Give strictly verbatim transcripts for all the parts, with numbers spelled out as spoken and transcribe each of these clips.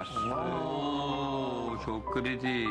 Oo, çok kritik.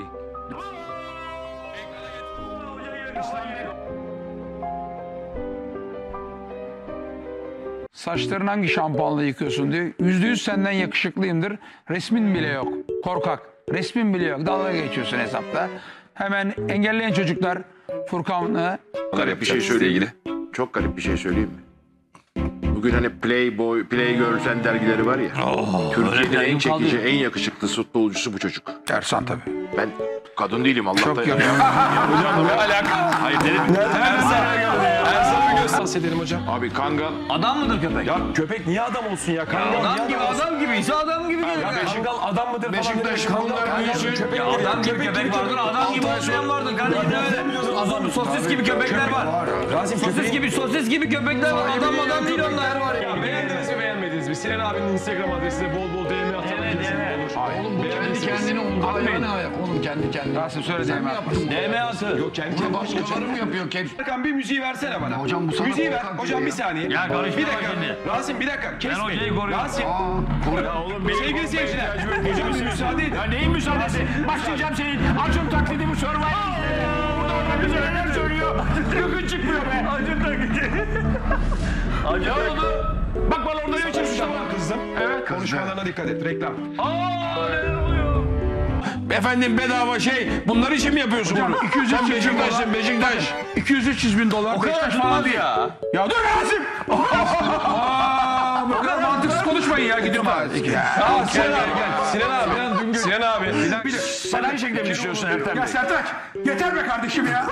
Saçlarını hangi şampuanla yıkıyorsun diyor. Yüzde yüz senden yakışıklıyımdır. Resmin bile yok. Korkak. Resmin bile yok. Dalga geçiyorsun hesapta. Hemen engelleyen çocuklar Furkan'la. Garip bir şey söyleyeyim. ilgili. Çok garip bir şey söyleyeyim mi? Bugün hani Playboy, Playgirl dergileri var ya. Oh, Türkiye'de en çekici, en yakışıklı futbolcusu bu çocuk. Ersan tabii. Ben kadın değilim Allah'tan. Çok ya. yakışıklı. Hocam ne alaka? Hayır dedim. Ersan. Ersan'ı göster. Bahsedelim hocam. Abi Kangal. Adam mıdır köpek? Ya köpek niye adam olsun ya? Kangal Adam niye gibi, adam olsun? adam gibiyse adam gibi gelir. Ya Kangal adam mıdır falan? Beşiktaş Kangal, bunlar Kangal büyüsün. köpek Ya gibi. adam gibi köpek vardır, adam gibi olmayan vardır. Kardeşim öyle. Adam sosis gibi köpekler var. Rasim Sosis köpeğin... gibi, sosis gibi köpekler var. Adam adam değil onlar. Ya beğendiniz mi beğenmediniz mi? Sinan abinin Instagram adresine bol bol D M atabilirsiniz. Oğlum bu kendi kendine oldu. Ayağına ayak. Oğlum kendi kendine. Rasim söyle Sen mi deme. yaptın? D M atı. Yok kendi Bunu kendine. başkaları mı yapıyor? Kendi... Erkan bir müziği versene bana. hocam bu sana Müziği ver. korkak Hocam diyor bir ya. saniye. Ya karışma bir dakika. şimdi. Rasim bir dakika. Kesme. hocayı koruyorum. Rasim. Aa, Oğlum sevgili seyirciler. Hocam bir müsaade edin. Ya neyin müsaadesi? Başlayacağım senin Acun taklidi bu Survivor. Burada orada bize neler söylüyor. Gıkın çıkmıyor be. Acun taklidi. Acun oldu. Bak bana orada ne çeşitli var. Kızdım. Evet. Konuşmalarına dikkat et. Reklam. Efendim bedava şey. Bunlar için mi yapıyorsun bunu? iki yüz Sen Beşiktaş'sın Beşiktaş. iki yüz üç yüz bin dolar. O kadar tutmaz ya. Ya dur Rasim. Aa, bu kadar mantıksız konuşmayın ya. Gidiyorum abi. Gel gel gel. Sinan abi. Sinan abi. Bir de, Sen aynı şekilde mi düşünüyorsun Ertem ya Bey? Sertaç yeter be kardeşim ya.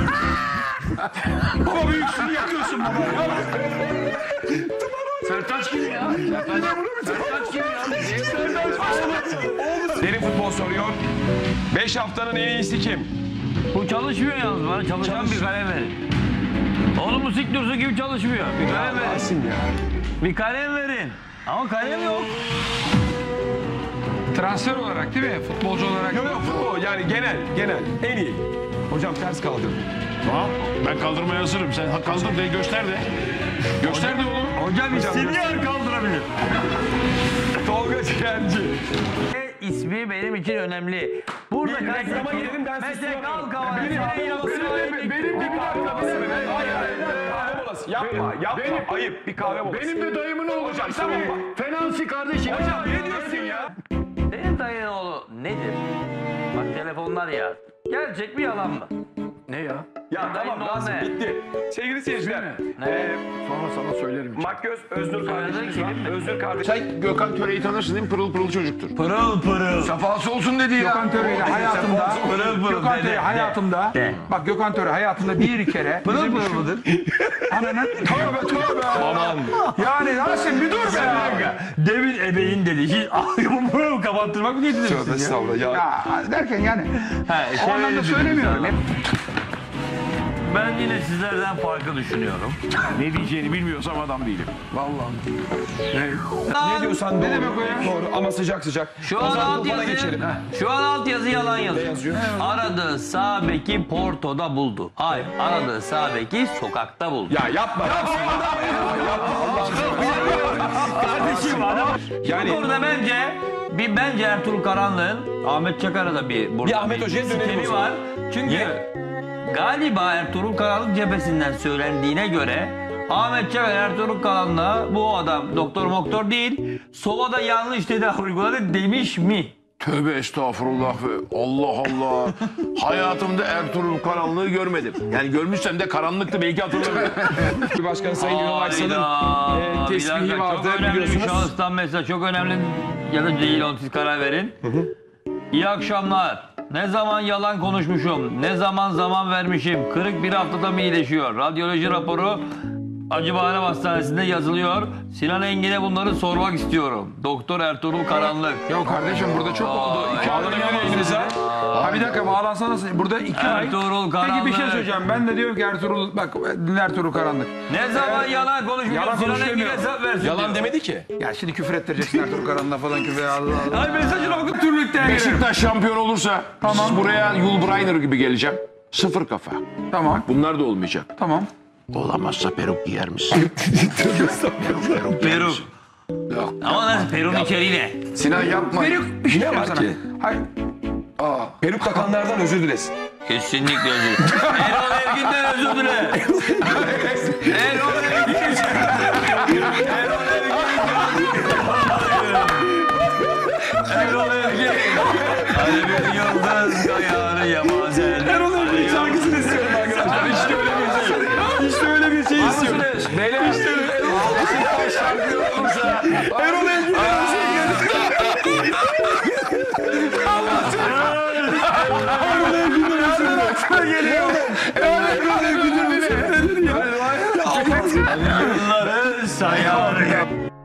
Baba büyüksün yakıyorsun baba. Sertaç kim ya? Sertaç kim ya? Derin futbol soruyor. beş haftanın en iyisi kim? Bu çalışmıyor yalnız bana. Çalışan bir kalem verin. Oğlum bu sik dursun gibi çalışmıyor. Bir kalem verin. Rasim ya. Bir kalem verin. Ama kalem yok. Transfer olarak değil mi? Futbolcu olarak. Yok yok futbol yani genel genel en iyi. Hocam ters kaldır. Tamam. Ben kaldırmaya hazırım. Sen ha- kaldır de göster de. Göster de oğlum. Hocam istediği yer kaldırabilir. Tolga Ciğerci. İsmi benim için önemli. Burada Bir reklama girelim, ben Mete susturamıyorum. Kalkavan. Benim de benim de bir dakika. Benim de hayır hayır. Kahve molası. Yapma yapma. Ayıp bir kahve molası. Benim de dayımın oğlu. Hocam tamam bak. Fenansi kardeşim. Hocam ne diyorsun ya? Senin dayının oğlu nedir? Bak telefonlar ya. Gerçek mi yalan mı? Ne ya? Ya tamam Dayının Rasim oğlu ne? bitti. Sevgili seyirciler. Ne? Ee, Sonra sana söylerim. Makyöz Öznur kardeşimiz var. kim? Öznur kardeşim. Sen Gökhan Töre'yi tanırsın değil mi? Pırıl pırıl çocuktur. Pırıl pırıl. Safası olsun dedi ya. Gökhan Töre ile hayatımda, Pırıl pırıl. Gökhan de, Töre de, hayatımda, de. bak Gökhan Töre hayatımda bir kere Pırıl bizim pırıl şu- mıdır? Ananın tövbe tövbe. Aman. Yani Rasim bir dur be ya. Demin ebeğin dedi. Hiç ağzımı pırıl kapattırmak mı getirdiniz Tövbe siz ya? estağfurullah ya. Ya derken yani Ha, o şey anlamda öyle söylemiyorum. Hep Ben yine sizlerden farklı düşünüyorum. Ne diyeceğini bilmiyorsam adam değilim. Ne diyorsan doğru. Ne demek o ya? Doğru ama sıcak sıcak. Şu O an zaman alt Tufan'a yazı, geçelim. şu an alt yazı yalan yazıyor. yazıyor? Aradığı sağ beki Porto'da buldu. Hayır, aradığı sağ beki sokakta buldu. Ya yapma. Yapma. Kardeşim adam. Yani- Burada bence bir bence Ertuğrul Karanlık'ın Ahmet Çakar'a da bir burada Bir Ahmet Hoca'ya dönelim o sistemi zaman. var. Çünkü Ye- galiba Ertuğrul Karanlık cephesinden söylendiğine göre Ahmet Çakar Ertuğrul Karanlık'a bu adam doktor moktor değil, Sova'da yanlış tedavi uyguladı demiş mi? Tövbe estağfurullah. Allah Allah. Hayatımda Ertuğrul karanlığı görmedim. Yani görmüşsem de karanlıktı belki hatırlamıyorum. Başkan Sayın Ünal Aksal'ın Hayda. e, Bir tesbihi dakika, vardı çok önemli bir biliyorsunuz. şahıstan mesela çok önemli ya da değil onu siz karar verin. İyi akşamlar. Ne zaman yalan konuşmuşum, ne zaman zaman vermişim. Kırık bir haftada mı iyileşiyor? Radyoloji raporu Acıbadem Hastanesi'nde yazılıyor. Sinan Engin'e bunları sormak istiyorum. Doktor Ertuğrul Karanlık. yok kardeşim burada çok oldu. İki ay Bağlanabilir elinize. Ha bir dakika bağlansana. Burada iki ay. Ertuğrul Peki bir şey Karanlık. söyleyeceğim. Ben de diyorum ki Ertuğrul bak dinle Ertuğrul Karanlık. Ne zaman Ee, yalan konuşmuşum, yalan Sinan Engin konuşmuyor. hesap versin Yalan diyor. demedi ki. Ya şimdi küfür ettireceksin Ertuğrul Karanlık'a falan küfür. Allah Allah. Ay mesajını okut Türlük'ten. Beşiktaş şampiyon olursa Tamam. buraya Yul Brynner gibi geleceğim. Sıfır kafa. Tamam. Bunlar da olmayacak. Tamam. Olamazsa peruk giyer misin? Peruk. Yok. Ama nasıl Perun içeriğine? Sinan yapma. Peruk bir şey diyeyim sana. ki? Hayır. Peruk takanlardan özür dilesin. Kesinlikle özür dilerim. Erol Evgin'den özür dile. Erol Evgin. Erol Evgin. Erol Evgin. Hani bir yıldız kayarı yamazen. Erol Evgin'in şarkısını istiyorum arkadaşlar. İşte öyle bir şey. İşte öyle bir şey istiyorum. Beyler işte Beşiktaş şampiyon olursa Erol Evgin'den özür dilerim. Erol Evgin'den özür dilerim. Geliyor. Erol Evgin'den özür dilerim. Yılları sayar.